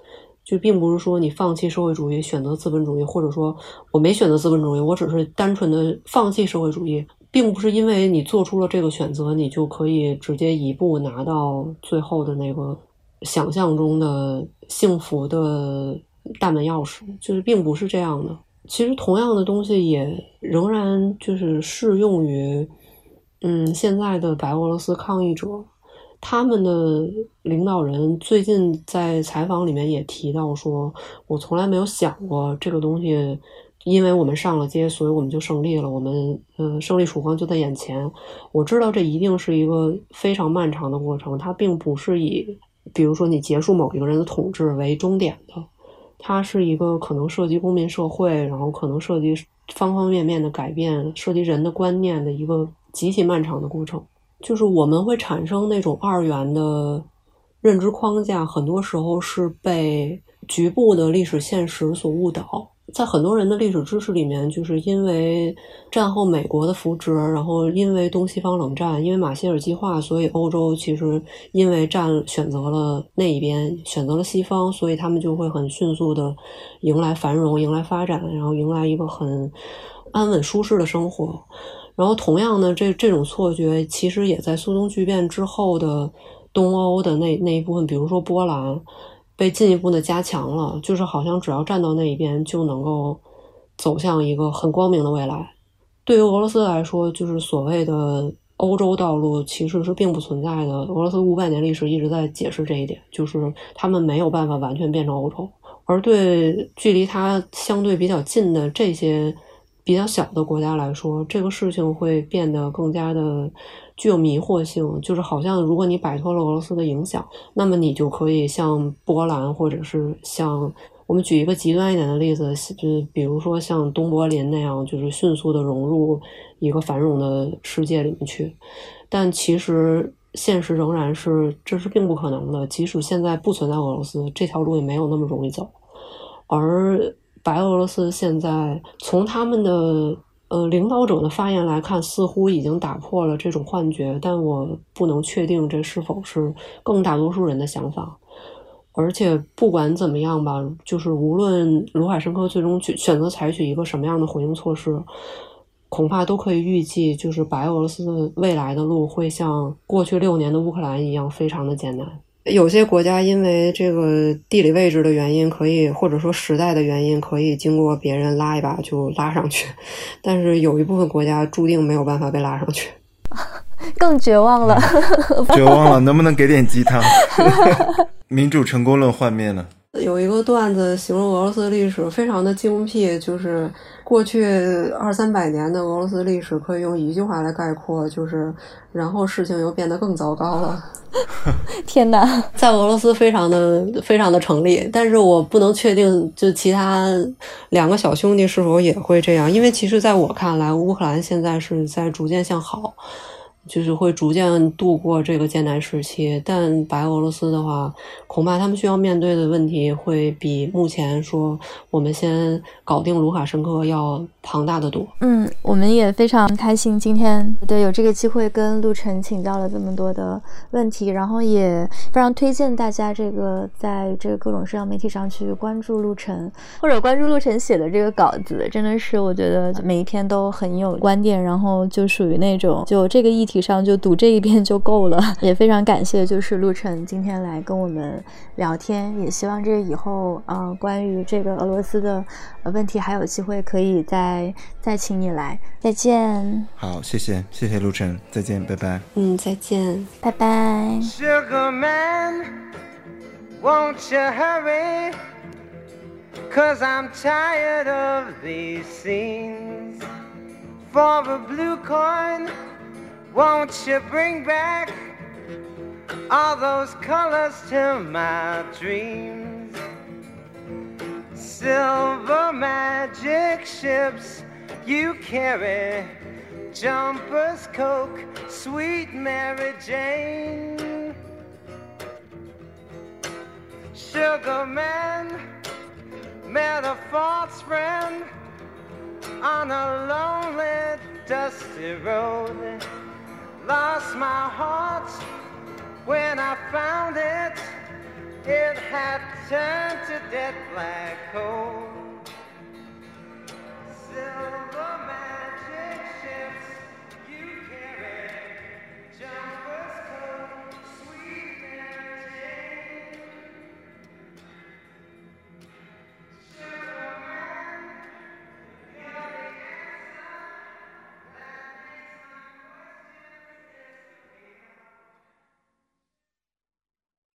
就并不是说你放弃社会主义选择资本主义，或者说我没选择资本主义，我只是单纯的放弃社会主义，并不是因为你做出了这个选择你就可以直接一步拿到最后的那个想象中的幸福的大门钥匙，就是并不是这样的。其实同样的东西也仍然就是适用于现在的白俄罗斯抗议者。他们的领导人最近在采访里面也提到说，我从来没有想过这个东西因为我们上了街所以我们就胜利了，我们胜利曙光就在眼前。我知道这一定是一个非常漫长的过程，它并不是以比如说你结束某一个人的统治为终点的，它是一个可能涉及公民社会，然后可能涉及方方面面的改变，涉及人的观念的一个极其漫长的过程。就是我们会产生那种二元的认知框架，很多时候是被局部的历史现实所误导。在很多人的历史知识里面，就是因为战后美国的扶植，然后因为东西方冷战，因为马歇尔计划，所以欧洲其实因为选择了那一边，选择了西方，所以他们就会很迅速的迎来繁荣，迎来发展，然后迎来一个很安稳舒适的生活。然后同样的这种错觉其实也在苏东剧变之后的东欧的那一部分，比如说波兰被进一步的加强了，就是好像只要站到那一边就能够走向一个很光明的未来。对于俄罗斯来说，就是所谓的欧洲道路其实是并不存在的。俄罗斯500年历史一直在解释这一点，就是他们没有办法完全变成欧洲。而对距离它相对比较近的这些比较小的国家来说，这个事情会变得更加的具有迷惑性，就是好像如果你摆脱了俄罗斯的影响，那么你就可以像波兰，或者是像我们举一个极端一点的例子，就是比如说像东柏林那样，就是迅速的融入一个繁荣的世界里面去。但其实现实仍然是这是并不可能的，即使现在不存在俄罗斯，这条路也没有那么容易走。而白俄罗斯现在从他们的领导者的发言来看，似乎已经打破了这种幻觉，但我不能确定这是否是更大多数人的想法。而且不管怎么样吧，就是无论卢卡申科最终选择采取一个什么样的回应措施，恐怕都可以预计，就是白俄罗斯未来的路会像过去6年的乌克兰一样非常的艰难。有些国家因为这个地理位置的原因可以，或者说时代的原因，可以经过别人拉一把就拉上去，但是有一部分国家注定没有办法被拉上去。 更绝望了。 绝望了，能不能给点鸡汤？民主成功论幻灭了。 有一个段子形容俄罗斯历史非常的精辟，就是过去200-300年的俄罗斯历史可以用一句话来概括，就是然后事情又变得更糟糕了。 天哪， 在俄罗斯非常的成立，但是我不能确定就其他2个小兄弟是否也会这样，因为其实在我看来，乌克兰现在是在逐渐向好，就是会逐渐度过这个艰难时期。但白俄罗斯的话，恐怕他们需要面对的问题会比目前说我们先搞定卢卡申科要庞大的多。 我们也非常开心今天有这个机会跟陆晨请教了这么多的问题，然后也非常推荐大家在这个各种社交媒体上去关注陆晨，或者关注陆晨写的这个稿子，真的是我觉得每一篇都很有观点，然后就属于那种就这个议题上就读这一遍就够了。也非常感谢就是陆晨今天来跟我们聊天，也希望这以后关于这个俄罗斯的问题还有机会可以再请你来。再见。 好，谢谢陆晨，再见，拜拜。 再见， 拜拜。 Sugar man, won't you hurry? 'Cause I'm tired of these scenes. For a blue coin, won't you bring back all those colors to my dreams? Silver magic ships you carry, jumpers, Coke, sweet Mary Jane. Sugar man, met a false friend on a lonely, dusty road. Lost my heart when I found it it had turned to dead black coal.